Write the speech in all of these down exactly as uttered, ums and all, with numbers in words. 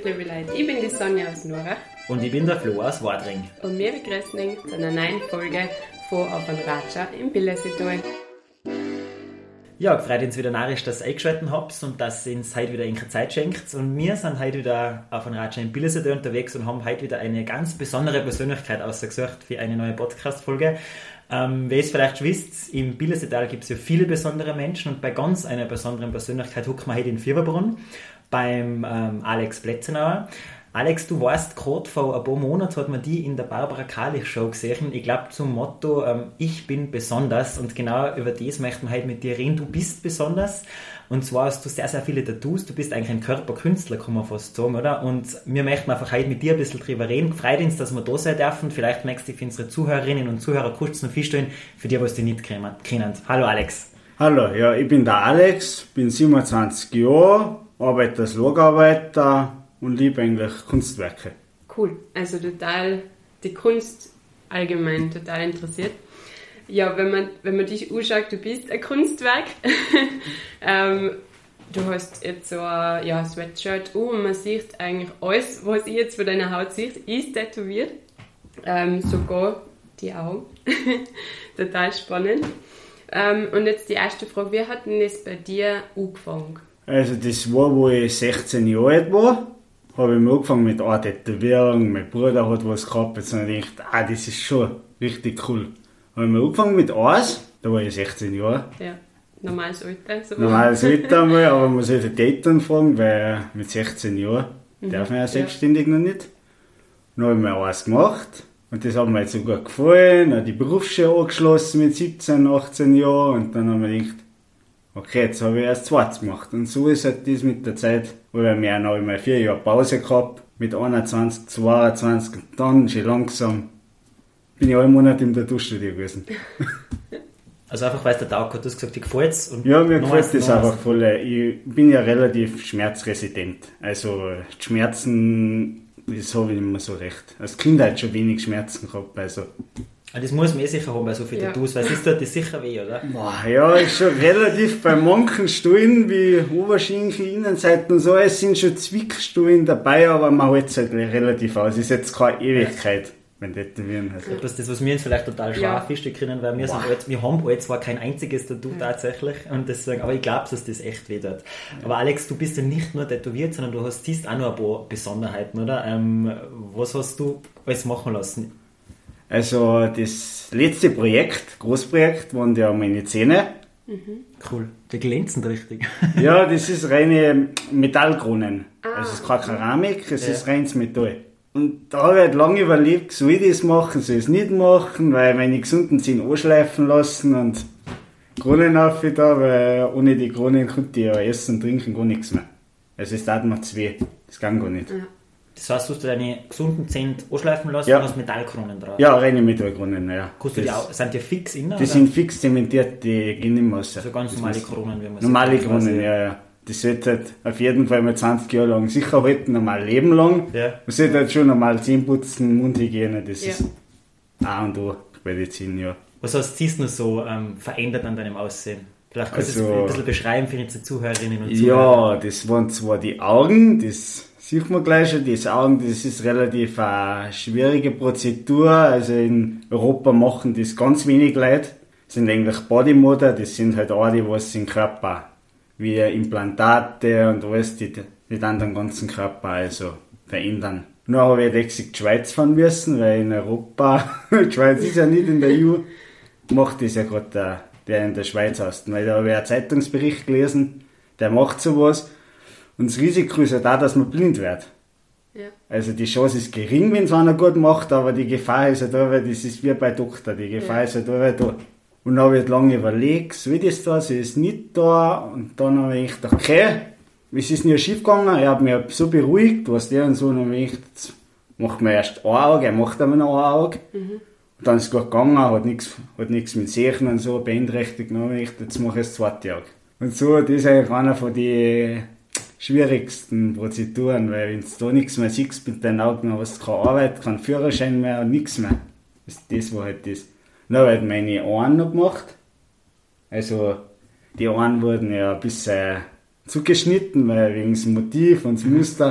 Grüß, liebe Leute. Ich bin die Sonja aus Nurach. Und ich bin der Flo aus Wadring. Und wir begrüßen euch zu einer neuen Folge von Auf ein Ratscher im Billersetal. Ja, gefreut uns wieder narrisch, dass ihr eingeschaltet habt und dass ihr uns heute wieder eine Zeit schenkt. Und wir sind heute wieder auf ein Ratscher im Billersetal unterwegs und haben heute wieder eine ganz besondere Persönlichkeit ausgesucht für eine neue Podcast-Folge. Ähm, wie ihr es vielleicht schon wisst, im Billersetal gibt es ja viele besondere Menschen und bei ganz einer besonderen Persönlichkeit hocken wir heute in Fieberbrunn beim ähm, Alex Plätzenauer. Alex, du warst gerade vor ein paar Monaten, hat man die in der Barbara Kalich Show gesehen. Ich glaube zum Motto, ähm, ich bin besonders, und genau über das möchten wir heute mit dir reden. Du bist besonders, und zwar hast du sehr, sehr viele Tattoos. Du bist eigentlich ein Körperkünstler, kann man fast sagen, oder? Und wir möchten einfach heute mit dir ein bisschen drüber reden. Freut uns, dass wir da sein dürfen. Vielleicht möchtest du für unsere Zuhörerinnen und Zuhörer kurz noch feststellen, für die, was die nicht kennen. Hallo Alex. Hallo, ja, ich bin der Alex, bin siebenundzwanzig Jahre, arbeite als Lagerarbeiter und liebe eigentlich Kunstwerke. Cool, also total die Kunst allgemein total interessiert. Ja, wenn man, wenn man dich anschaut, du bist ein Kunstwerk. ähm, du hast jetzt so ein ja, Sweatshirt an und man sieht eigentlich alles, was ich jetzt von deiner Haut sehe, ist tätowiert. Ähm, sogar die Augen. Total spannend. Ähm, und jetzt die erste Frage, wie hat denn das bei dir angefangen? Also das war, wo ich sechzehn Jahre alt war, habe ich mal angefangen mit einer Tätowierung. Mein Bruder hat was gehabt, jetzt habe ich gedacht, ah, das ist schon richtig cool. Habe ich mal angefangen mit eins, da war ich sechzehn Jahre. Ja, normales Alter. So. Normales Alter einmal, aber man sollte die Eltern fragen, weil mit sechzehn Jahren mhm. darf man ja selbstständig ja. noch nicht. Dann habe ich mir eins gemacht. Und das hat mir jetzt so gut gefallen, dann die Berufsschule angeschlossen mit siebzehn, achtzehn Jahren und dann habe ich gedacht, okay, jetzt habe ich erst zweites gemacht. Und so ist halt das mit der Zeit, weil wir noch einmal vier Jahre Pause gehabt, mit einundzwanzig, zweiundzwanzig und dann schon langsam bin ich einen Monat im Tattoo-Studio gewesen. Also einfach, weil es der Tag hat, du hast gesagt, dir gefällt es? Ja, mir gefällt das einfach voll. Ich bin ja relativ schmerzresistent. Also die Schmerzen, das habe ich nicht mehr so recht. Als Kind halt schon wenig Schmerzen gehabt. Also. Das muss man eh sicher haben bei so vielen ja. Tattoos, weil es tut das sicher weh, oder? Boah, ja, ist schon relativ bei manchen Stellen wie Oberschenkel, Innenseiten und so, es sind schon Zwickstellen dabei, aber man hält es halt relativ aus. Es ist jetzt keine Ewigkeit, wenn Tätowieren heißt. Das ist das, was wir uns vielleicht total scharf ja. können, weil wir, sind alt, wir haben alle zwar kein einziges Tattoo ja. tatsächlich, und deswegen, aber ich glaube, dass das echt weh tut. Ja. Aber Alex, du bist ja nicht nur tätowiert, sondern du hast siehst auch noch ein paar Besonderheiten, oder? Ähm, was hast du alles machen lassen? Also das letzte Projekt, Großprojekt, waren ja meine Zähne. Mhm. Cool, die glänzen richtig. Ja, das ist reine Metallkronen. Ah. Also es ist keine Keramik, es ja. ist reines Metall. Und da habe ich halt lange überlegt, soll ich das machen, soll ich es nicht machen, weil meine gesunden Zähne anschleifen lassen und Kronen auf da, weil ohne die Kronen konnte ich ja essen und trinken gar nichts mehr. Also es tat mir zwei, das kann gar nicht. Ja. Das heißt, du hast deine gesunden Zähne anschleifen lassen ja. und hast Metallkronen drauf? Ja, reine Metallkronen, ja. Die auch, sind die fix innen? Die oder? Sind fix zementiert, die gehen nicht mehr raus. Also ganz normale Kronen, wie man Normale sagt, Kronen, ja, ja. Das sollte halt auf jeden Fall mal zwanzig Jahre lang sicher halten, normal Leben lang. Ja. Man sollte halt schon normal Zähne putzen, Mundhygiene, das ja. ist A und O bei den Zähnen, ja. Was hast du noch so ähm, verändert an deinem Aussehen? Vielleicht kannst also, du es ein bisschen beschreiben für unsere Zuhörerinnen und Zuhörer. Ja, das waren zwar die Augen, das sieht man gleich schon, die Augen, das ist relativ eine schwierige Prozedur. Also in Europa machen das ganz wenig Leute. Das sind eigentlich Bodymoder, das sind halt auch die, was den Körper, wie Implantate und alles, die, die dann den ganzen Körper also verändern. Nur habe ich jetzt in die Schweiz fahren müssen, weil in Europa, die Schweiz ist ja nicht in der E U, macht das ja gerade der, der in der Schweiz hast. Weil da habe ich einen Zeitungsbericht gelesen, der macht sowas. Und das Risiko ist ja da, dass man blind wird. Ja. Also die Chance ist gering, wenn es einer gut macht, aber die Gefahr ist ja da, weil das ist wie bei Doktor, die Gefahr ja. ist ja da, weil da. Und dann habe ich lange überlegt, soll das da, soll es nicht da? Und dann habe ich gedacht, okay, es ist nicht schief gegangen, ich habe mich so beruhigt, was der und so, und dann habe ich gedacht, jetzt macht man erst ein Auge, er macht aber noch ein Auge. Mhm. Und dann ist es gut gegangen, hat nichts, hat nichts mit Sehen und so beeinträchtigt, dann habe ich gedacht, jetzt mache ich das zweite Auge. Und so, das ist eigentlich einer von den schwierigsten Prozeduren, weil wenn du da nichts mehr siehst mit deinen Augen, dann hast du keine Arbeit, keinen Führerschein mehr und nichts mehr. Das, das war halt das. Dann habe ich halt meine Ohren noch gemacht. Also die Ohren wurden ja ein bisschen zugeschnitten, weil wegen dem Motiv und dem Muster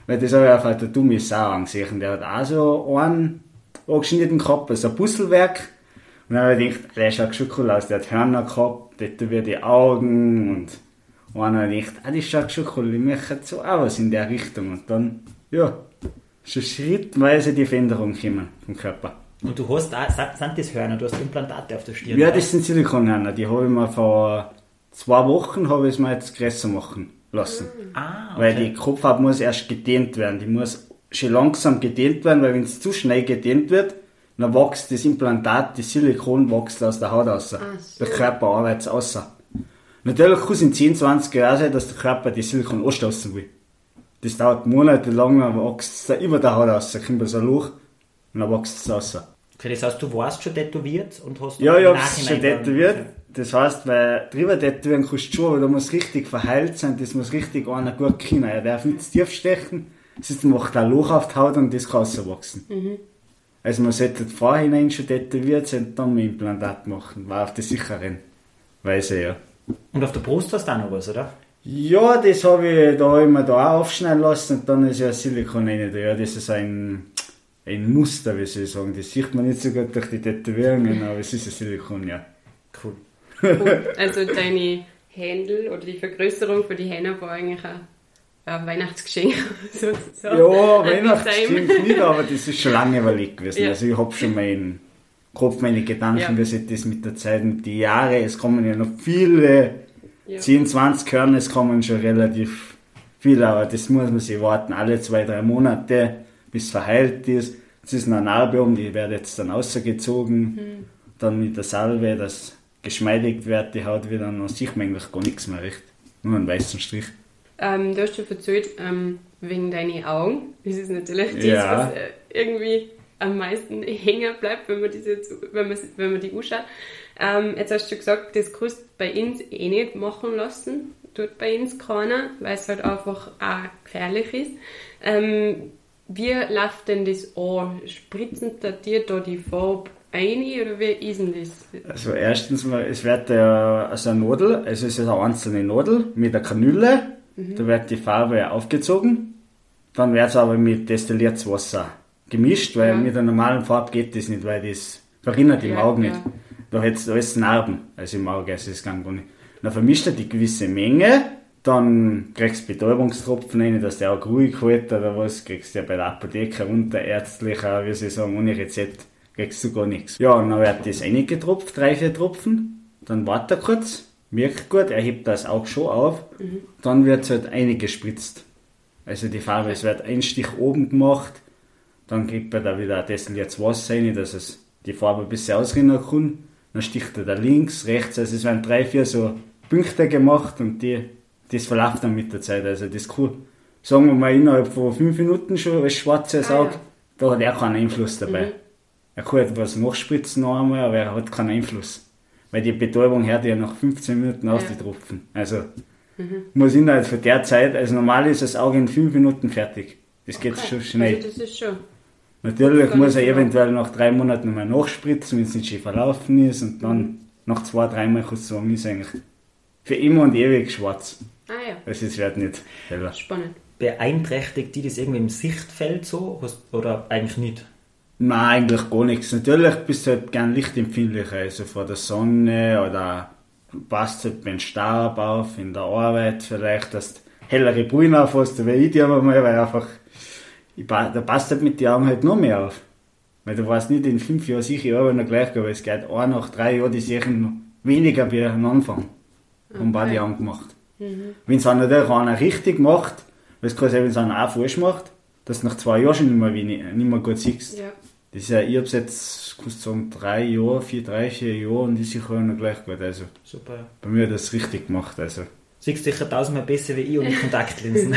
Weil das habe ich auf der dumme Sau angesehen. Der hat auch so einen angeschnitten gehabt, also ein Puzzlewerk. Und dann habe ich gedacht, der schaut schon cool aus. Der hat Hörner gehabt, tätowiert die Augen und und dann habe ich gedacht, ah, das schaut schon cool, ich möchte so auch was in der Richtung. Und dann, ja, schon schrittweise die Veränderung kommen vom Körper. Und du hast auch, sind das Hörner, du hast Implantate auf der Stirn? Ja, das sind Silikonhörner, die habe ich mir vor zwei Wochen habe ich es mir jetzt größer machen lassen. Ah, okay. Weil die Kopfhaut muss erst gedehnt werden, die muss schon langsam gedehnt werden, weil wenn es zu schnell gedehnt wird, dann wächst das Implantat, das Silikon wächst aus der Haut raus. so. Der Körper arbeitet es raus. Natürlich kann es in zehn, zwanzig Jahren sein, dass der Körper das Silikon anstoßen will. Das dauert monatelang, dann wächst es über der Haut raus, dann kommt so ein Loch und dann wächst es raus. Okay, das heißt, du warst schon tätowiert und hast Ja, im ich hab's schon Nachhinein tätowiert. dann- Das heisst, weil drüber tätowieren kannst du schon, aber da muss richtig verheilt sein, das muss richtig einer gut können. Er darf nicht zu tief stechen, sonst macht ein Loch auf die Haut und das kann rauswachsen. Mhm. Also man sollte vorhinein schon tätowiert sein und dann ein Implantat machen, war auf der sicheren Weise, ja. Und auf der Brust hast du auch noch was, oder? Ja, das habe ich da immer da auch aufschneiden lassen und dann ist ja Silikon rein da. Ja, das ist ein, ein Muster, wie soll ich sagen. Das sieht man nicht so gut durch die Tätowierungen, aber es ist ein Silikon, ja. Cool. Cool. Also deine Händel oder die Vergrößerung für die Hände war eigentlich ein, ein Weihnachtsgeschenk. sozusagen. Ja, An die Weihnachtsgeschenk Time. nicht, aber das ist schon lange überlegt gewesen. Ja. Also ich habe schon meinen Kopf, meine Gedanken, Ja. wie sich das mit der Zeit, mit den Jahren, es kommen ja noch viele, Ja. zehn, zwanzig Körner, es kommen schon relativ viele, aber das muss man sich warten, alle zwei, drei Monate, bis es verheilt ist. Es ist eine Narbe um, die wird jetzt dann rausgezogen, Mhm. dann mit der Salbe, dass geschmeidigt wird, die Haut wieder, dann sieht man eigentlich gar nichts mehr recht. Nur einen weißen Strich. Ähm, du hast schon erzählt, ähm, wegen deinen Augen. Das ist natürlich das, Ja. was äh, irgendwie am meisten hängen bleibt, wenn man, diese, wenn man, wenn man die anschaut. Ähm, jetzt hast du gesagt, das kannst du bei uns eh nicht machen lassen. Tut bei uns keiner, weil es halt einfach auch gefährlich ist. Ähm, wie läuft denn das an? Spritzen da dir da die Farbe ein oder wie ist denn das? Also erstens mal, es wird ja also eine Nadel, also es ist eine einzelne Nadel mit einer Kanüle, da wird die Farbe aufgezogen, dann wird es aber mit destilliertes Wasser gemischt, weil Ja. mit einer normalen Farbe geht das nicht, weil das verrinnt im Ja, Auge ja. nicht. Da hat es alles Narben, also im Auge, also das kann gar nicht. Dann vermischt er die gewisse Menge, dann kriegst du Betäubungstropfen rein, dass der Auge ruhig hält oder was, kriegst du ja bei der Apotheke runter, ärztlich, auch, wie sie sagen, ohne Rezept kriegst du gar nichts. Ja, und dann wird das reingetropft, drei, vier Tropfen, dann wartet er kurz, wirkt gut, er hebt das Auge schon auf, Mhm. dann wird es halt eingespritzt. Also die Farbe, es wird ein Stich oben gemacht, dann kriegt man da wieder ein destilliertes Wasser rein, dass es die Farbe ein bisschen ausrinnen kann, dann sticht er da links, rechts, also es werden drei, vier so Punkte gemacht und die, das verläuft dann mit der Zeit, also das kann, sagen wir mal, innerhalb von fünf Minuten schon ein schwarzes Ah, Auge, ja. da hat er keinen Einfluss dabei. Mhm. Er kann etwas nachspritzen noch einmal, aber er hat keinen Einfluss. Weil die Betäubung hört ja nach fünfzehn Minuten auf, Ja. die Tropfen. Also, muss innerhalb von der Zeit, also normal ist das Auge in fünf Minuten fertig. Das geht Okay. schon schnell. Also das ist schon. Natürlich Gar muss er nicht so eventuell nach drei Monaten nochmal nachspritzen, wenn es nicht schon verlaufen ist, und dann nach zwei, dreimal kannst du sagen, ist eigentlich für immer und ewig schwarz. Ah ja, Also es wird nicht heller. spannend. Beeinträchtigt die das irgendwie im Sichtfeld so? Hast- Oder eigentlich nicht? Nein, eigentlich gar nichts. Natürlich bist du halt gern lichtempfindlicher, also vor der Sonne oder passt halt beim Staub auf, in der Arbeit vielleicht, dass du hellere Brühen aufhast, weil ich die aber mal, weil einfach, ich, pa- da passt halt mit den Augen halt noch mehr auf. Weil du weißt nicht, in fünf Jahren sicher ich arbeite noch gleich, aber es geht auch nach drei Jahren, die sehen noch weniger wie am Anfang. Haben okay. die Augen gemacht. Mhm. Wenn es auch natürlich einer richtig macht, weil es kann sein, wenn es einer auch falsch macht, dass du nach zwei Jahren schon nicht mehr, wenig, nicht mehr gut siehst. Ja. Das ist ja, ich hab's jetzt, kannst du sagen, drei Jahre, vier, drei, vier Jahre und ich sicher noch gleich gut. Also, Super. bei mir hat das richtig gemacht. Also. Siehst du sicher tausendmal besser wie ich ohne Kontaktlinsen.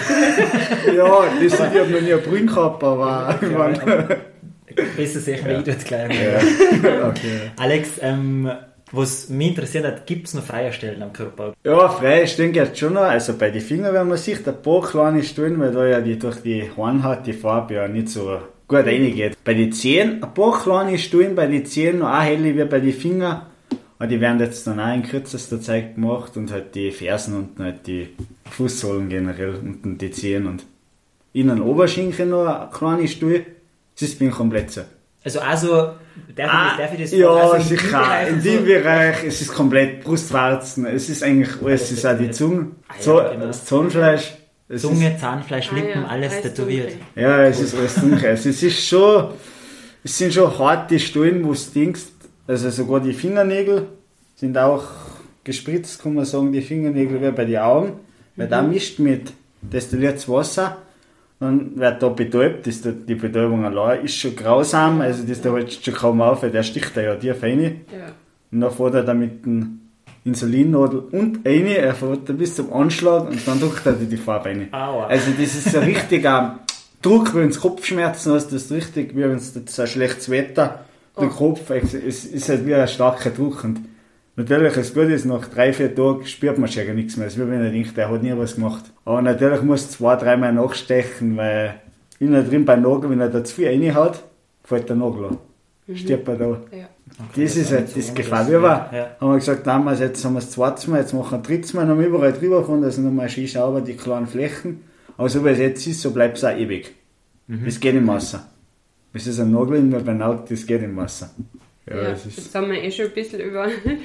Ja, das ist, ich hab noch nie eine Brille gehabt, aber ich mein, Besser sicher wie Ja. ich dort gleich. ja. Okay. Alex, ähm, was mich interessiert hat, gibt es noch freie Stellen am Körper? Ja, freie Stellen geht schon noch. Also bei den Fingern, wenn man sieht, ein paar kleine Stellen, weil da ja die, durch die Hornhaut die Farbe ja nicht so gut reingeht. Bei den Zehen, ein paar kleine Stellen bei den Zehen, noch auch helle wie bei den Fingern. Aber die werden jetzt dann auch in kürzester Zeit gemacht und halt die Fersen und halt die Fußsohlen generell unten die Zehen. Und innen Oberschenkel noch eine kleine Stuhl. Das bin ich komplett so. Also also, darf, ah, ich, darf ich das ja, also sicher. In dem Bereich, es ist komplett Brustwarzen, es ist eigentlich alles, es ist auch die Zunge, ah, ja, so, genau. das Zahnfleisch. Zunge, Zahnfleisch, Lippen, ah, ja, alles tätowiert. Ja, es ist alles dunkel. Also es ist schon, es sind schon harte Stellen, wo du denkst, also sogar die Fingernägel sind auch gespritzt, kann man sagen, die Fingernägel wie bei den Augen, weil mhm. da mischt mit destilliertes Wasser, dann wird da betäubt, das, die Betäubung allein ist schon grausam, also das da halt schon kaum auf, weil der sticht da ja tief rein. Ja. Und dann fährt er da mit dem Insulinnadel und rein, er fährt da bis zum Anschlag und dann drückt er die Farbe rein. Aua. Also das ist ein richtiger Druck, wenn du Kopfschmerzen hast, das ist richtig, wie wenn es so ein schlechtes Wetter, oh. der Kopf, es ist halt wie ein starker Druck. Und natürlich, das Gute ist, nach drei, vier Tagen spürt man schon gar nichts mehr. Es ist wie wenn er denkt, der hat nie was gemacht. Aber natürlich muss du zwei, dreimal nachstechen, weil innen drin beim Nagel, wenn er da zu viel reinhaut, fällt der Nagel an. Mhm. Stirbt er da. Ja. Okay, das, das ist halt das Gefahr. Wir ja. haben wir gesagt, damals, jetzt haben wir das zweite Mal, jetzt machen wir das dritte Mal, noch überall drüber fahren, dass nochmal schön sauber die kleinen Flächen. Aber so wie es jetzt ist, so bleibt es auch ewig. Mhm. Das geht im Wasser. Das ist ein Nagel, weil beim Auge, das geht im Wasser. Ja, ja, ist jetzt haben wir eh schon ein bisschen über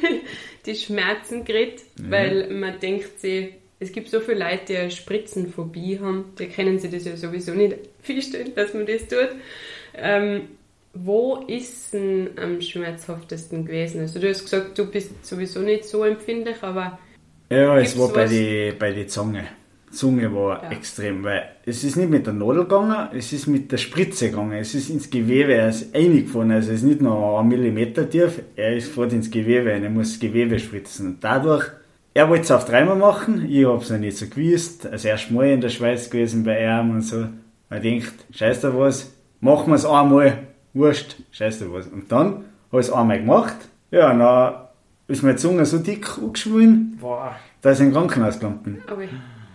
die Schmerzen geredet, ja. Weil man denkt sich, es gibt so viele Leute, die eine Spritzenphobie haben, die können sich das ja sowieso nicht vorstellen, dass man das tut. Ähm, wo ist es denn am schmerzhaftesten gewesen? Also du hast gesagt, du bist sowieso nicht so empfindlich, aber ja, es war bei der bei die Zunge. Die Zunge war ja. extrem, weil es ist nicht mit der Nadel gegangen, es ist mit der Spritze gegangen, es ist ins Gewebe, er ist reingefahren, also es ist nicht noch ein Millimeter tief, er ist fort ins Gewebe rein, er muss das Gewebe spritzen und dadurch, er wollte es auf dreimal machen, ich habe es noch nicht so gewusst, das erste Mal in der Schweiz gewesen bei ihm und so, man denkt, scheiß da was, machen wir es einmal, wurscht, scheiß da was, und dann habe ich es einmal gemacht, ja, und dann ist meine Zunge so dick angeschwollen, dass ich im Krankenhaus gelandet bin. Okay.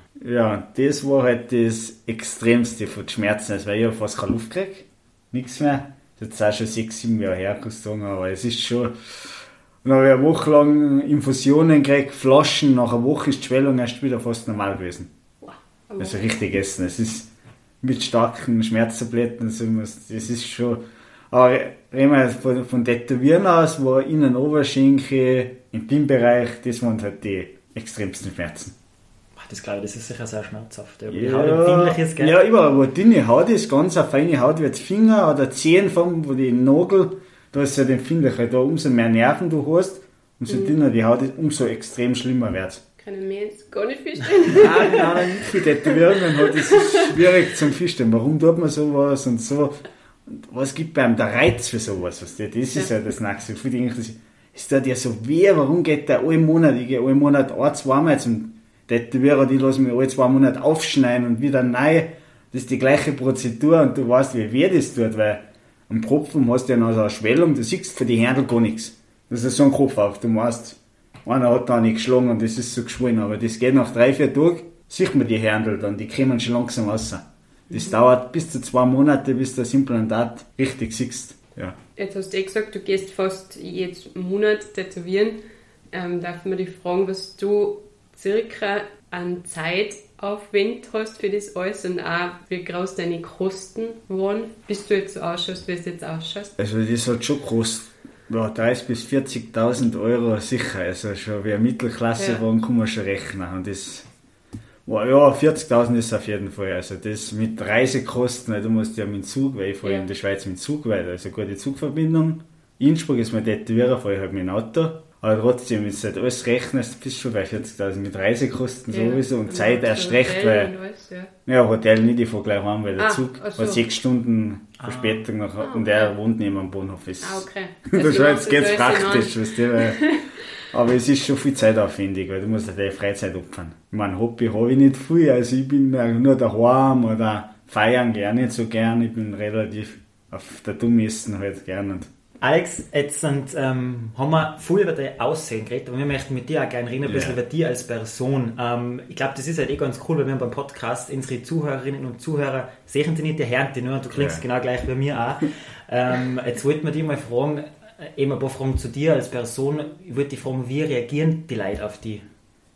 Ja, das war halt das Extremste von den Schmerzen, also weil ich ja fast keine Luft kriege, nichts mehr. Das ist auch schon sechs, sieben Jahre her, kann ich sagen, aber es ist schon... Und dann habe ich eine Woche lang Infusionen gekriegt, Flaschen, nach einer Woche ist die Schwellung erst wieder fast normal gewesen. Wow. Also richtig essen, es ist mit starken Schmerztabletten, also das ist schon... Aber reden wir von, von Tätowieren aus, war innen Oberschenkel, im Intimbereich, das waren halt die extremsten Schmerzen. Das glaube ich, das ist sicher sehr schmerzhaft. Aber ja, die Haut empfindlich ist, gell? Ja, überall, wo dünne Haut ist, ganz eine feine Haut wie die Finger oder Zehen, wo die Nagel, da ist es halt empfindlich, weil da umso mehr Nerven du hast, umso mhm. dünner die Haut ist, umso extrem schlimmer wird es. Kann ich mir jetzt gar nicht vorstellen. Nein, nein, nicht viel Tätowierungen hat, das ist schwierig zum Feststellen. Warum tut man sowas und so? Und was gibt bei einem der Reiz für sowas? Was das ist ja das Nächste. Viele denken, es tut ja so weh, warum geht der alle Monat, ich gehe alle Monat ein, zweimal zum Tätowierer, die lassen mich alle zwei Monate aufschneiden und wieder neu. Das ist die gleiche Prozedur und du weißt, wie weh das tut, weil am Kopfen hast du ja noch so eine Schwellung, du siehst für die Händel gar nichts. Das ist so ein Kopf auf, du weißt, einer hat da nicht geschlagen und das ist so geschwollen, aber das geht nach drei, vier Tagen, sieht man die Händel dann, die kommen schon langsam raus. Das mhm. dauert bis zu zwei Monate, bis du das Implantat richtig siehst. Ja. Jetzt hast du eh gesagt, du gehst fast jeden Monat tätowieren. Ähm, darf man dich fragen, was du circa an Zeitaufwand hast für das alles und auch wie groß deine Kosten waren, bis du jetzt so ausschaust, wie es jetzt ausschaust? Also das hat schon gekostet, ja, dreißigtausend bis vierzigtausend Euro sicher, also schon wie eine Mittelklasse ja. waren, kann man schon rechnen und das war, ja, vierzigtausend ist auf jeden Fall, also das mit Reisekosten, weil du musst ja mit dem Zug, weil ich fahre ja. in der Schweiz mit dem Zug weiter, also gute Zugverbindung, Innsbruck ist mein Tätowierer, fahre ich halt mit dem Auto. Aber trotzdem, wenn du halt alles rechnest, bist du schon bei vierzigtausend mit Reisekosten ja, sowieso und Zeit erst recht, weil alles, ja. ja, Hotel nicht, ich fahre gleich heim, weil der ah, Zug so. hat sechs Stunden ah. Verspätung noch, ah, okay. und er wohnt neben am Bahnhof. Ist, ah, okay. In der Schweiz geht es praktisch, weißt du, weil, aber es ist schon viel zeitaufwendig, weil du musst halt deine Freizeit opfern. Ich meine, Hobby habe ich nicht viel, also ich bin nur daheim oder feiern gerne nicht so gern, ich bin relativ auf der Dummessen halt gern. Und Alex, jetzt sind, ähm, haben wir viel über dein Aussehen geredet, aber wir möchten mit dir auch gerne reden, ein bisschen yeah. über dich als Person. Ähm, ich glaube, das ist halt eh ganz cool, weil wir beim Podcast unsere Zuhörerinnen und Zuhörer sehen sie nicht, die hören die nur, du klingst yeah. genau gleich wie mir auch. ähm, jetzt wollten wir dich mal fragen, eben ein paar Fragen zu dir als Person. Ich wollte dich fragen, wie reagieren die Leute auf dich?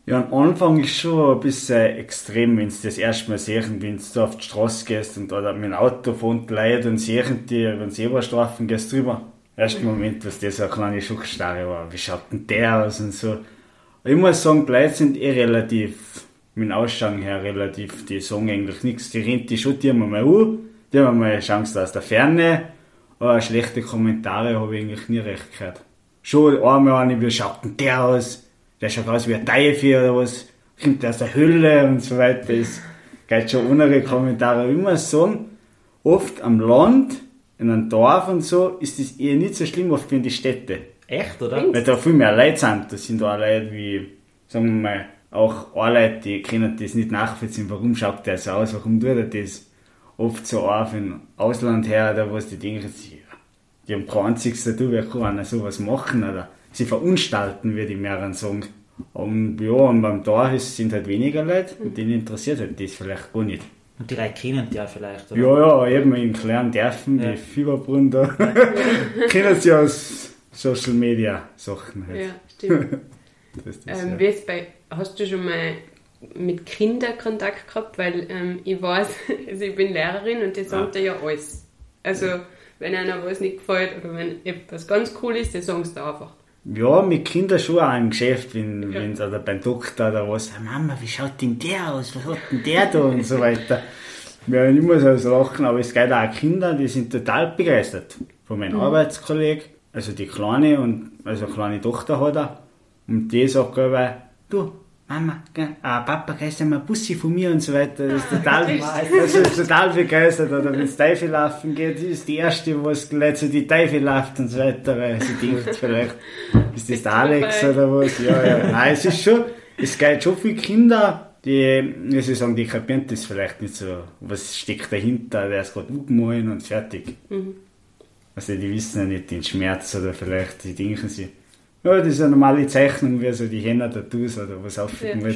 Ja, am Anfang ist schon ein bisschen extrem, wenn du das erste Mal sehen, wenn du auf die Straße gehst und oder mit dem Auto von die Leute und sehen die, wenn sie Zebrastreifen gehst drüber. Erster Moment, was das so eine kleine Schockstarre war. Wie schaut denn der aus und so. Ich muss sagen, die Leute sind eh relativ, mit dem Ausschauen her relativ, die sagen eigentlich nichts. Die rennt die schon, die haben mal an, die haben mal eine Chance aus der Ferne, aber schlechte Kommentare habe ich eigentlich nie recht gehört. Schon einmal eine, wie schaut denn der aus? Der schaut aus wie ein Teufel oder was, kommt der aus der Hölle und so weiter. Das geht schon ohne Kommentare. Ich muss sagen, oft am Land, in einem Dorf und so, ist das eher nicht so schlimm, oft wie in die Städte. Echt, oder? Weil da viel mehr Leute sind. Da sind auch Leute wie, sagen wir mal, auch Leute, die können das nicht nachvollziehen, warum schaut der so aus, warum tut er das. Oft so auch von Ausland her, da was die denken, sie, die haben kein einziges Tattoo, wer kann einer sowas machen, oder sie verunstalten, würde ich mehr sagen. Und ja, und beim Dorf sind halt weniger Leute, und denen interessiert halt das vielleicht gar nicht. Und die Leute kennen die ja vielleicht, oder? Ja, ja, eben in kleinen Dörfern, ja. Die Fieberbrunnen da, ja. Kennen sie aus Social Media Sachen halt. Ja, stimmt. das ist das, ähm, ja. wie ist bei, hast du schon mal mit Kindern Kontakt gehabt? Weil ähm, ich weiß, also ich bin Lehrerin und die sagen dir ja alles. Also, wenn einer was nicht gefällt oder wenn etwas ganz cool ist, dann sagen sie einfach. Ja, mit Kindern schon auch im Geschäft, wenn, Ja. wenn oder beim Doktor oder was, Mama, wie schaut denn der aus, was hat denn der da und so weiter. Ja, ich muss also lachen, aber es gibt auch Kinder, die sind total begeistert. Von meinem mhm. Arbeitskollegen, also die Kleine, und also eine kleine Tochter hat er, und die sagt aber, du, Mama, gell, ah, Papa, kannst du mal ein Bussi von mir und so weiter. Das ist total, das ist total begeistert. Oder wenn es Teufel laufen geht, die ist die Erste, wo es gleich zu die Teufel läuft und so weiter. Weil sie denkt vielleicht, ist das der Alex oder was? Ja, ja. Nein, es ist schon, es gibt schon viele Kinder, die, wie soll ich sagen, die kapieren das vielleicht nicht so. Was steckt dahinter? Der ist gerade aufgemalt und fertig. Mhm. Also die wissen ja nicht den Schmerz oder vielleicht, die denken sie, ja, das ist eine normale Zeichnung, wie so die Henna-Tattoos oder was auffinden ja, wird.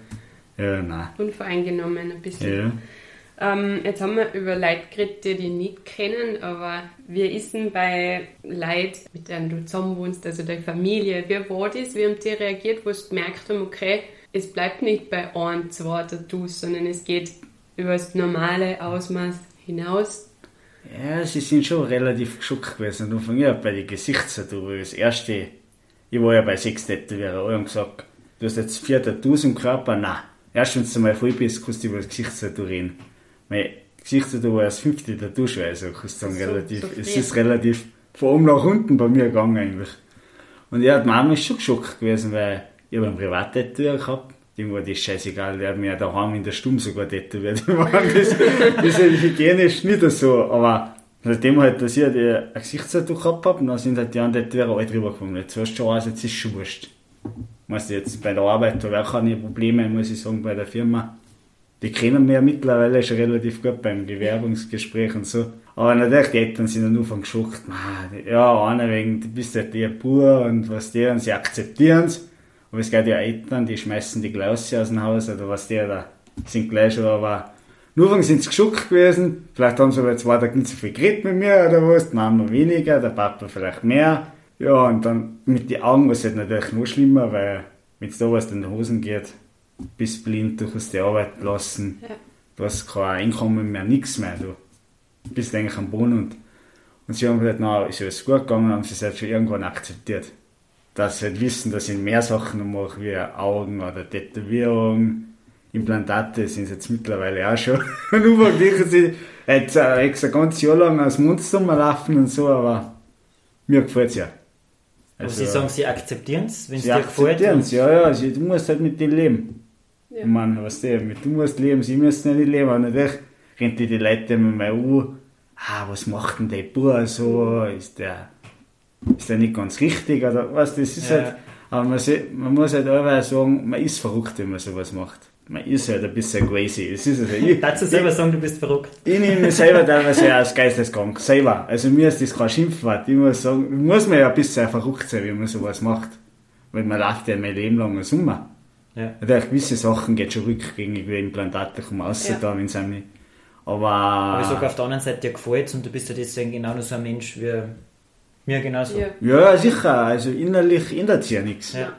Ja, nein. Unvoreingenommen ein bisschen. Ja. Ähm, jetzt haben wir über Leute geredet, die dich nicht kennen, aber wie ist denn bei Leuten, mit denen du zusammen wohnst, also deine Familie, wie war das? Wie haben die reagiert, wo sie gemerkt haben, okay, es bleibt nicht bei ein, zwei Tattoos, sondern es geht über das normale Ausmaß hinaus? Ja, sie sind schon relativ geschockt gewesen. Und ich habe bei den Gesichtstattoos das erste, ich war ja bei sechs Tätowierer, alle haben gesagt, du hast jetzt vier Tattoos im Körper, nein. Erst wenn du mal voll bist, kannst du über das Gesichtstattoo reden. Mein Gesichtstattoo war das fünfte Tattoo schon, also kannst du sagen, so, relativ, so es ist relativ von oben nach unten bei mir gegangen eigentlich. Und ja, die Mama ist schon geschockt gewesen, weil ich habe einen Privattätowierer gehabt, dem war das scheißegal, der hat mir daheim in der Stumm sogar tätowiert. Das, das ist hygienisch nicht so, aber nachdem halt, dass ich halt ein Gesichtstattoo gehabt habe, dann sind halt die anderen Tätowierer alle drüber gekommen. Jetzt weißt du schon aus, jetzt ist es schon wurscht. Weißt du, jetzt bei der Arbeit, da wäre keine Probleme, muss ich sagen, bei der Firma. Die kennen mich ja mittlerweile schon relativ gut beim Bewerbungsgespräch und so. Aber natürlich, die Eltern sind ja nur von geschockt. Ja, einer wegen, du bist halt der Bub und was der, und sie akzeptieren es. Aber es gibt ja Eltern, die schmeißen die gleich aus dem Haus oder was der da, sind gleich schon, aber nur sind sie geschockt gewesen. Vielleicht haben sie aber zwei Tage nicht so viel geredet mit mir oder was, die Mama weniger, der Papa vielleicht mehr. Ja, und dann mit den Augen war es halt natürlich noch schlimmer, weil wenn es da was in den Hosen geht, bist blind, du kannst die Arbeit lassen, ja. Du hast kein Einkommen mehr, nichts mehr, du bist eigentlich am Boden. Und, und sie haben gesagt, na, ist alles gut gegangen, haben sie es halt schon irgendwann akzeptiert. Dass sie halt wissen, dass ich mehr Sachen mache, wie Augen oder Tätowierung, Implantate sind es jetzt mittlerweile auch schon. Und übergleichen sie jetzt äh, extra ganz Jahr lang als Monster laufen und so, aber mir gefällt es ja. Also, also Sie sagen, Sie akzeptieren es, wenn es dir gefällt? Sie ja, ja, also, du musst halt mit denen leben. Ja. Mann, was der, du musst leben, sie müssen ja nicht leben. Und natürlich rennt die, die Leute immer mal an, ah, was macht denn der Bub so, ist der, ist der nicht ganz richtig, oder was, das ist ja. Halt, aber man, man muss halt einfach sagen, man ist verrückt, wenn man sowas macht. Man ist halt ein bisschen crazy. Es ist also, ich, Darfst du selber sagen, du bist verrückt? Ich nehme mich selber teilweise als geisteskrank. Selber. Also mir ist das kein Schimpfwort. Ich muss sagen, muss man ja ein bisschen verrückt sein, wenn man sowas macht. Weil man läuft ja mein Leben lang als Sommer. Ja. Natürlich gewisse Sachen geht schon rückgängig, wie Implantate kommen raus ja. Da, wenn es einem nicht. Aber... Aber ich sage, auf der anderen Seite, dir gefällt es und du bist ja deswegen genau so ein Mensch wie mir genauso. Ja, ja sicher. Also innerlich ändert sich ja nichts. Ja.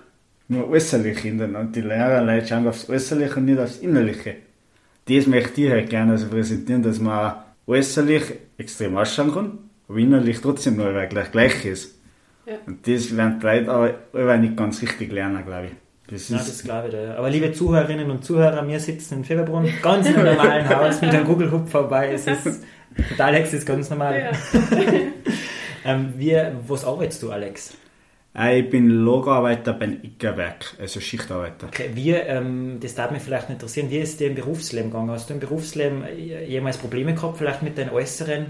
nur äußerlich hindern und die Lehrer leiten schauen aufs Äußerliche und nicht aufs Innerliche. Das möchte ich halt gerne also präsentieren, dass man äußerlich extrem ausschauen kann, aber innerlich trotzdem noch gleich, gleich ist. Ja. Und das werden die Leute aber, aber nicht ganz richtig lernen, glaube ich. Das ist ja, das glaube ich. Da. Aber liebe Zuhörerinnen und Zuhörer, wir sitzen in Fieberbrunn, ganz in einem normalen Haus mit einem Kugelhupf vorbei. Es ist, der Alex ist ganz normal. Ja. ähm, wie, was arbeitest du, Alex? Ich bin Lagerarbeiter beim Ickerwerk, also Schichtarbeiter. Okay, wie, ähm, das darf mich vielleicht interessieren, wie ist dir im Berufsleben gegangen? Hast du im Berufsleben jemals Probleme gehabt, vielleicht mit deinen Äußeren?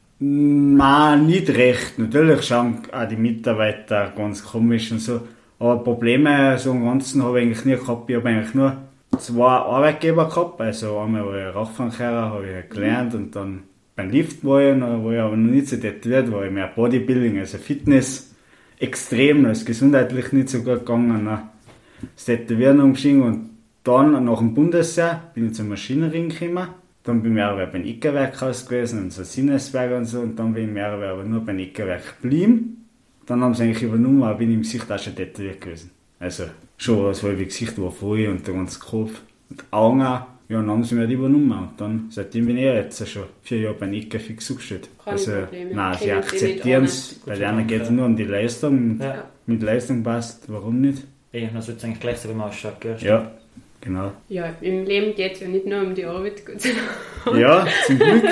Nein, nicht recht. Natürlich schauen auch die Mitarbeiter ganz komisch und so. Aber Probleme so im Ganzen habe ich eigentlich nie gehabt. Ich habe eigentlich nur zwei Arbeitgeber gehabt. Also einmal war ich Rauchfangkehrer, habe ich gelernt und dann beim Lift war ich, war ich aber noch nicht so tätowiert, war ich mehr Bodybuilding, also Fitness. Extrem, da ist gesundheitlich nicht so gut gegangen. Das Tätowieren umgestiegen und dann nach dem Bundesheer bin ich zum Maschinenring gekommen. Dann bin ich mehrere beim Ickerwerk aus gewesen und so Sinnesberg und so und dann bin ich mehrere aber nur beim Ickerwerk geblieben. Dann haben sie eigentlich übernommen, aber bin ich im Gesicht auch schon tätowiert gewesen. Also schon das halbe Gesicht war voll und der ganze Kopf und die Augen auch. Ja, dann haben sie mir übernommen und dann, seitdem bin ich jetzt schon vier Jahre bei Icke fix zugestellt. Also, nein, sie akzeptieren es, weil der eine geht nur um die Leistung. Ja. Mit Leistung passt, warum nicht? Eh, dann sollte es eigentlich gleich so, wie man ausschaut, gell? Ja, genau. Ja, im Leben geht es ja nicht nur um die Arbeit, Gott sei Dank. Ja, zum Glück.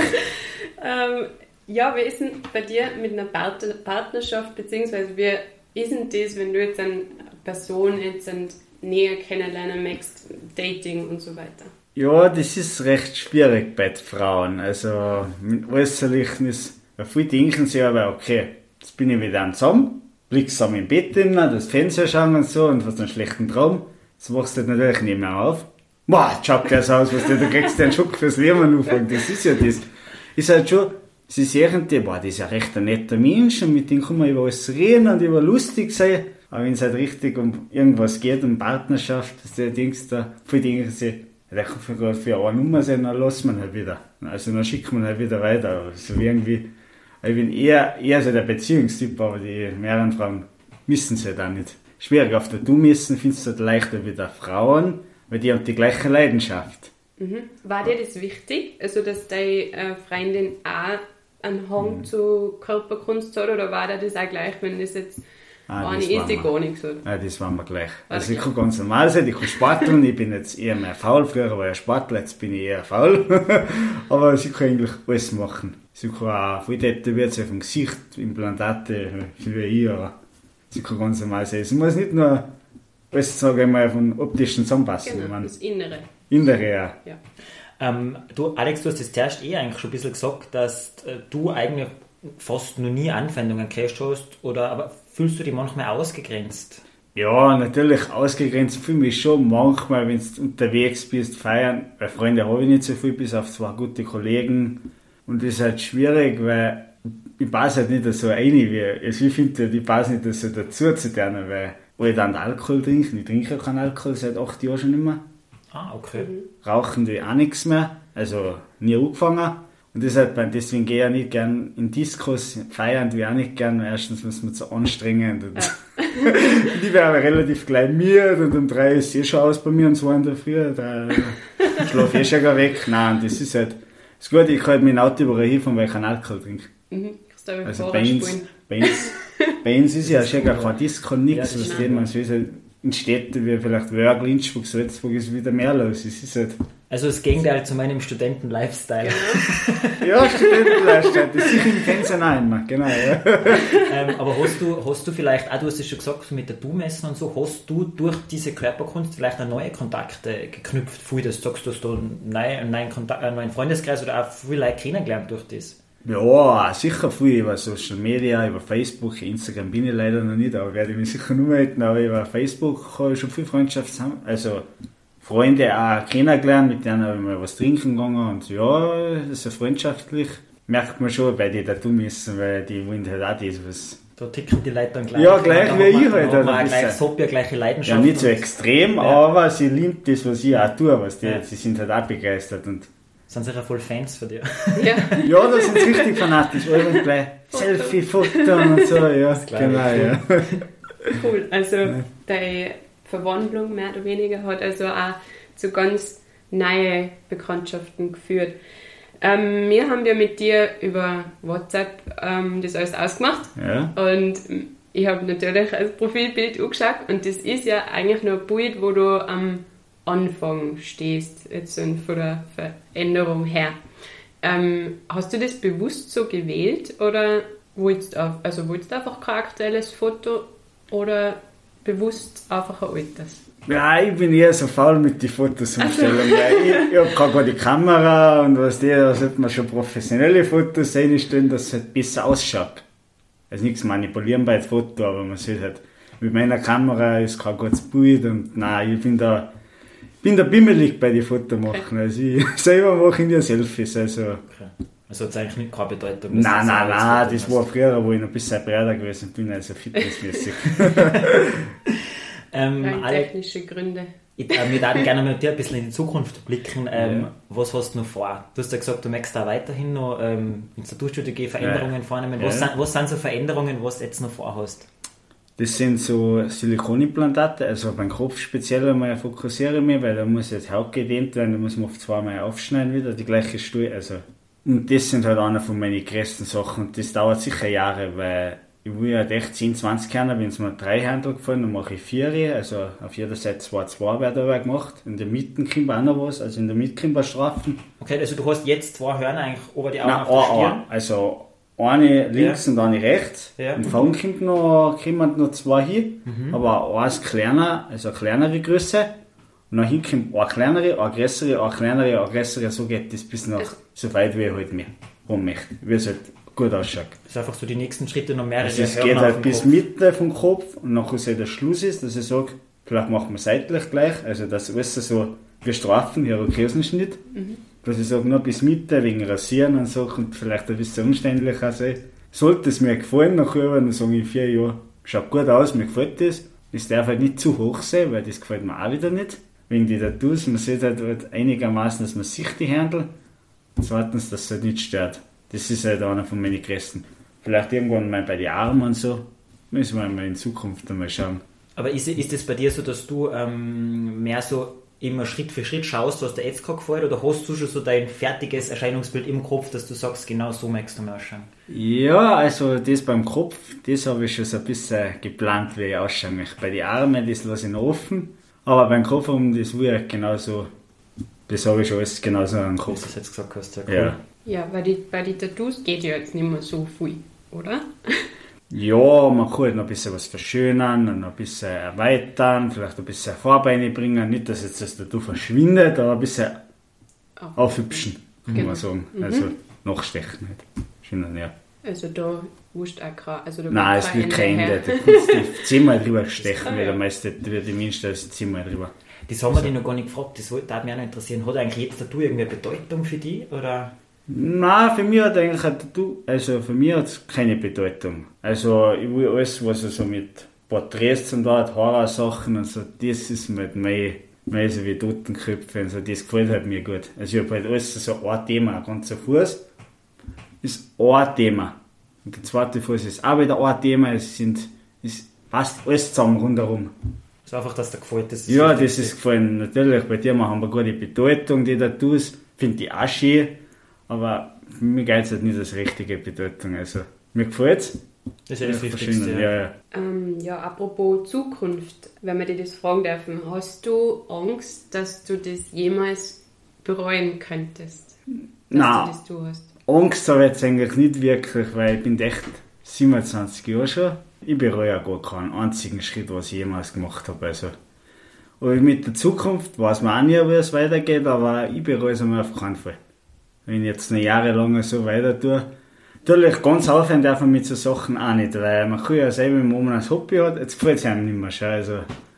ähm, ja, wie ist denn bei dir mit einer Partnerschaft, beziehungsweise wie ist denn das, wenn du jetzt eine Person jetzt näher kennenlernen möchtest, Dating und so weiter? Ja, das ist recht schwierig bei den Frauen. Also mit Äußerlichen ist, viele denken sich aber, okay, jetzt bin ich mit einem zusammen, liegst zusammen im Bett drin, das Fernseher schauen und so und hast einen schlechten Traum. Das wachst du natürlich nicht mehr auf. Boah, jetzt schaut das aus, was du, du kriegst den Schock fürs Leben anfangen. Das ist ja das. Ist halt schon, sie sehen die, boah, das ist ja recht ein netter Mensch und mit dem kann man über alles reden und über lustig sein. Aber wenn es halt richtig um irgendwas geht, um Partnerschaft, dass du denkst, da, viele denken sich, der kann für gerade für eine Nummer sein, dann lässt man halt wieder. Also dann schickt man halt wieder weiter. Also irgendwie, ich bin eher, eher so der Beziehungstyp, aber die mehreren Frauen müssen es halt auch nicht. Schwierig auf der Du müssen, findest du halt leichter wie der Frauen, weil die haben die gleiche Leidenschaft. Mhm. War dir das wichtig? Also, dass deine äh, Freundin auch einen Hang mhm. zu Körperkunst hat, oder war dir das auch gleich, wenn das jetzt ah, eine ist, die gar nichts hat? Ja, das war mir gleich. War also ich kann ganz normal sein, ich kann sporteln, ich bin jetzt eher mehr faul, früher war ich Sportler, jetzt bin ich eher faul. Aber sie kann eigentlich alles machen. Sie kann auch voll tätowiert sein vom Gesicht, Implantate, viel wie ich, aber sie kann ganz normal sein. Sie muss nicht nur alles, sage ich mal, von optischen zusammenpassen. Genau, das Innere. Innere, ja. ja. Ähm, du, Alex, du hast das zuerst eh eigentlich schon ein bisschen gesagt, dass äh, du eigentlich fast noch nie Anfeindungen gekriegt hast, oder, aber fühlst du dich manchmal ausgegrenzt? Ja, natürlich ausgegrenzt fühle mich schon manchmal, wenn du unterwegs bist, feiern, weil Freunde habe ich nicht so viel, bis auf zwei gute Kollegen. Und das ist halt schwierig, weil ich passe halt nicht so rein, wie, also ich finde, ich passe nicht so dazu zu denen, weil alle dann Alkohol trinken. Ich trinke keinen Alkohol seit acht Jahren schon nicht mehr. Ah, okay. Mhm. Rauchen tue ich auch nichts mehr, also nie angefangen. Und deshalb, deswegen gehe ich auch nicht gern in Diskos, feiern tue ich auch nicht gern. Erstens muss man zu anstrengend und, ja. und ich wäre aber relativ gleich müde und um drei ist es eh schon aus bei mir, um zwei in der Früh, da schlafe ich eh schon gar weg. Nein, das ist halt, das Gute, ich kann halt mit dem Auto überall hinfahren, weil ich keinen Alkohol trinke. Mhm. Also bei uns, bei, uns, bei uns ist ja schon gar kein Disco, nichts, was den man so ist. Halt in Städten wie vielleicht Wörgl, Innsbruck, Salzburg ist wieder mehr los. Es ist halt also das Gegenteil zu meinem Studenten-Lifestyle. Ja, Studenten-Lifestyle, das sehe ich im Fernsehen auch immer, genau. Ja. ähm, aber hast du, hast du vielleicht, auch du hast es schon gesagt, mit der Du-Messen und so, hast du durch diese Körperkunst vielleicht auch neue Kontakte geknüpft? Viel, dass du sagst, du hast da einen neuen, neuen, Kontakt, einen neuen Freundeskreis oder auch viele Leute kennengelernt durch das? Ja, sicher viel über Social Media, über Facebook, Instagram bin ich leider noch nicht, aber werde ich mich sicher nur melden, aber über Facebook habe ich schon viel Freundschaft zusammen, also Freunde auch kennengelernt, mit denen habe ich mal was trinken gegangen und ja, das ist ja freundschaftlich, merkt man schon bei denen, die da müssen, weil die wollen halt auch das, was... Da ticken die Leute dann gleich. Ja, gleich wie ich halt. Da haben gleich Sopia, gleiche Leidenschaft. Ja, nicht so extrem, ja. Aber sie liebt das, was ich auch tue, was die, ja. Sie sind halt auch begeistert und sind sicher voll Fans von dir. Ja, ja, da sind sie richtig fanatisch. Alle gleich Selfie, Foto und so, ja. Genau, ja. Cool. Also, ja. Deine Verwandlung mehr oder weniger, hat also auch zu ganz neuen Bekanntschaften geführt. Ähm, wir haben ja mit dir über WhatsApp ähm, das alles ausgemacht. Ja. Und ich habe natürlich das Profilbild angeschaut und das ist ja eigentlich nur ein Bild, wo du am Anfang stehst, jetzt so von der Veränderung her. Ähm, hast du das bewusst so gewählt oder wolltest du, also wolltest du einfach kein aktuelles Foto oder bewusst einfach ein altes? Ja, ich bin eher so faul mit den Fotos umstellen, also. Weil ich, ich habe keine gute Kamera und was die, da sollte man schon professionelle Fotos einstellen, dass es halt besser ausschaut. Also nichts manipulieren bei dem Foto, aber man sieht halt, mit meiner Kamera ist kein gutes Bild und nein, ich bin da, bin da bimmelig bei den Fotos machen. Okay. Also ich selber mache ja Selfies, also. Okay. Also hat es eigentlich nicht keine Bedeutung? Nein, nein, nein, das war früher, wo ich noch ein bisschen breiter gewesen bin, also fitnessmäßig. ähm, technische Gründe. Ich äh, würde gerne mit dir ein bisschen in die Zukunft blicken. Ähm, ja. Was hast du noch vor? Du hast ja gesagt, du möchtest da weiterhin noch ähm, ins Naturstudio gehen, Veränderungen ja. vornehmen. Was, ja. sind, was sind so Veränderungen, was du jetzt noch vorhast? Das sind so Silikonimplantate, also beim Kopf speziell einmal fokussiere ich mich, weil da muss jetzt Haut gedehnt werden, da muss man oft zweimal aufschneiden wieder, die gleiche Stuhl, also. Und das sind halt eine von meinen größten Sachen und das dauert sicher Jahre, weil ich will halt echt zehn, zwanzig Kerne, wenn es mir drei Händler gefallen, dann mache ich vier, also auf jeder Seite zwei, zwei wird dabei gemacht. In der Mitte kommt auch noch was, also in der Mitte kommt Strafen. Okay, also du hast jetzt zwei Hörner eigentlich über die Augen Nein, auf der Stirn? Ein, also eine links ja. und eine rechts. Ja. Im Fang kommt noch, kommen noch zwei hin, mhm. aber eins kleiner, also eine kleinere Größe. Und dann hinten eine kleinere, eine größere, eine kleinere, eine größere, so geht das bis nach so weit, wie ich halt mehr haben möchte, wie es halt gut ausschaut. Das ist einfach so die nächsten Schritte noch mehr. Also es geht halt bis Mitte vom Kopf und nachher so der Schluss ist, dass ich sage, vielleicht machen wir seitlich gleich, also dass alles so wie Strafen, hier Käsenschnitt, mhm. dass ich sage, nur bis Mitte, wegen Rasieren und so, und vielleicht ein bisschen umständlicher sein. Sollte es mir gefallen, nachher, dann sage ich in vier Jahren, schaut gut aus, mir gefällt das. Es darf halt nicht zu hoch sein, weil das gefällt mir auch wieder nicht. Wegen die Tattoos, man sieht halt, halt einigermaßen, dass man sich die Händel. Zweitens, dass es halt nicht stört. Das ist halt einer von meinen größten. Vielleicht irgendwann mal bei den Armen und so. Müssen wir mal in Zukunft einmal schauen. Aber ist, ist das bei dir so, dass du ähm, mehr so immer Schritt für Schritt schaust, was dir jetzt gerade gefällt? Oder hast du schon so dein fertiges Erscheinungsbild im Kopf, dass du sagst, genau so möchtest du mal ausschauen? Ja, also das beim Kopf, das habe ich schon so ein bisschen geplant, wie ich ausschauen möchte. Bei den Armen, das lasse ich noch offen. Aber beim Kopf, das will ich genauso, das habe ich schon alles genauso am Kopf. Was du jetzt gesagt hast, ja cool. Ja, ja bei den bei die Tattoos geht ja jetzt nicht mehr so viel, oder? Ja, man kann halt noch ein bisschen was verschönern und noch ein bisschen erweitern, vielleicht ein bisschen Farbe reinbringen. Nicht, dass jetzt das Tattoo verschwindet, aber ein bisschen oh. aufhübschen, kann genau. man sagen. Mhm. Also nachstechen halt. Schön, ja. Also da wusst auch kein, also da nein, es wird kein Ende. Du kannst die zehnmal drüber stechen, weil der meiste wird die Minste als zehnmal drüber. Das haben wir dich noch gar nicht gefragt, das würde mich auch noch interessieren. Hat eigentlich jedes Tattoo irgendeine Bedeutung für dich? Oder? Nein, für mich hat eigentlich ein Tattoo, also für mich hat es keine Bedeutung. Also ich will alles, was so mit Porträts zum Tun, Horror-Sachen und so, das ist halt mein, mein so wie Totenköpfe und so, das gefällt halt mir gut. Also ich habe halt alles so ein Thema, ein ganzer Fuß ist ein Thema. Und der zweite Fuß ist auch wieder ein Thema, es sind, es passt alles zusammen rundherum. So einfach, dass dir gefällt. Das ist ja, das ist gefallen. Natürlich, bei dir haben wir eine gute Bedeutung, die Tattoos, finde ich auch schön, aber für mich geht es halt nicht als richtige Bedeutung. Also, mir gefällt es. Das ist ja das Wichtigste. Ja, ja. Ähm, ja, apropos Zukunft, wenn wir dir das fragen dürfen, hast du Angst, dass du das jemals bereuen könntest? Nein, das du hast? Angst habe ich jetzt eigentlich nicht wirklich, weil ich bin echt siebenundzwanzig Jahre schon. Ich bereue auch gar keinen einzigen Schritt, was ich jemals gemacht habe. Also, aber mit der Zukunft weiß man auch nicht, wie es weitergeht, aber ich bereue es einmal auf keinen Fall. Wenn ich jetzt noch jahrelang so weiter tue. Natürlich, ganz aufhören darf man mit so Sachen auch nicht, weil man kann ja selber, wenn man ein Hobby hat, jetzt gefällt es einem nicht mehr schon. Also,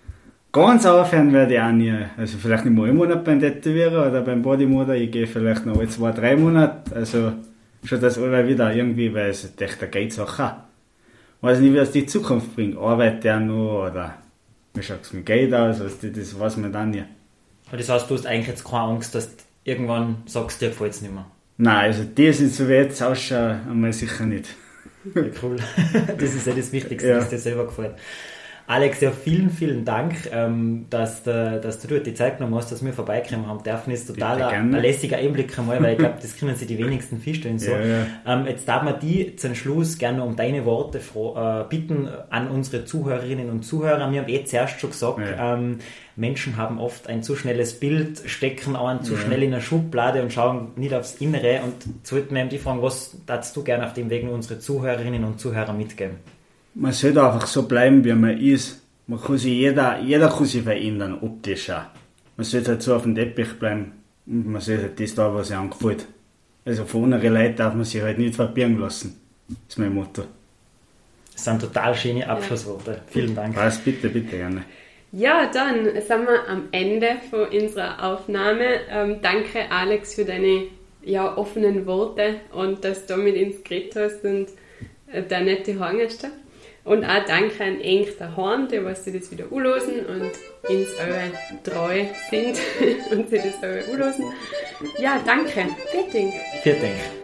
ganz aufhören werde ich auch nie. Also vielleicht nicht mal einen Monat beim Tätowierer oder beim Bodymoder, ich gehe vielleicht noch alle zwei, drei Monate. Also schon das alle wieder irgendwie, weil es echt eine Geldsache auch. Ich weiß nicht, wie es die Zukunft bringt. Arbeitet der noch oder wie schaut es mit Geld aus? Also das, das weiß man dann nicht. Aber das heißt, du hast eigentlich jetzt keine Angst, dass du irgendwann sagst, dir gefällt es nicht mehr? Nein, also das ist so wie jetzt ausschaut, einmal sicher nicht. Ja, cool. Das ist ja das Wichtigste, ja. Dass dir selber gefällt. Alex, ja, vielen, vielen Dank, ähm, dass, der, dass du die Zeit genommen hast, dass wir vorbeikommen haben dürfen. Das ist total ein, ein lässiger Einblick einmal, weil ich glaube, das können sich die wenigsten vorstellen. So. Ja, ja. Ähm, jetzt darf man die zum Schluss gerne um deine Worte fro- äh, bitten an unsere Zuhörerinnen und Zuhörer. Wir haben eh zuerst schon gesagt, ja. ähm, Menschen haben oft ein zu schnelles Bild, stecken einen zu ja. schnell in eine Schublade und schauen nicht aufs Innere. Und jetzt wollten wir die fragen, was darfst du gerne auf dem Weg unsere Zuhörerinnen und Zuhörer mitgeben? Man sollte einfach so bleiben, wie man ist. Man kann sich jeder, jeder kann sich verändern, optisch auch. Man sollte halt so auf dem Teppich bleiben und man sollte halt das da, was einem gefällt. Also von anderen Leuten darf man sich halt nicht verbiegen lassen. Das ist mein Motto. Das sind total schöne Abschlussworte. Ja. Vielen Dank. Was, bitte, bitte, gerne. Ja, dann sind wir am Ende von unserer Aufnahme. Ähm, danke, Alex, für deine ja, offenen Worte und dass du mit uns geredet hast und äh, der nette Horngast. Und auch danke an Eng der Horn, die was sie das wieder anlosen und uns alle treu sind und sie das alle anlosen. Ja, danke. Vielen Dank. Vielen Dank.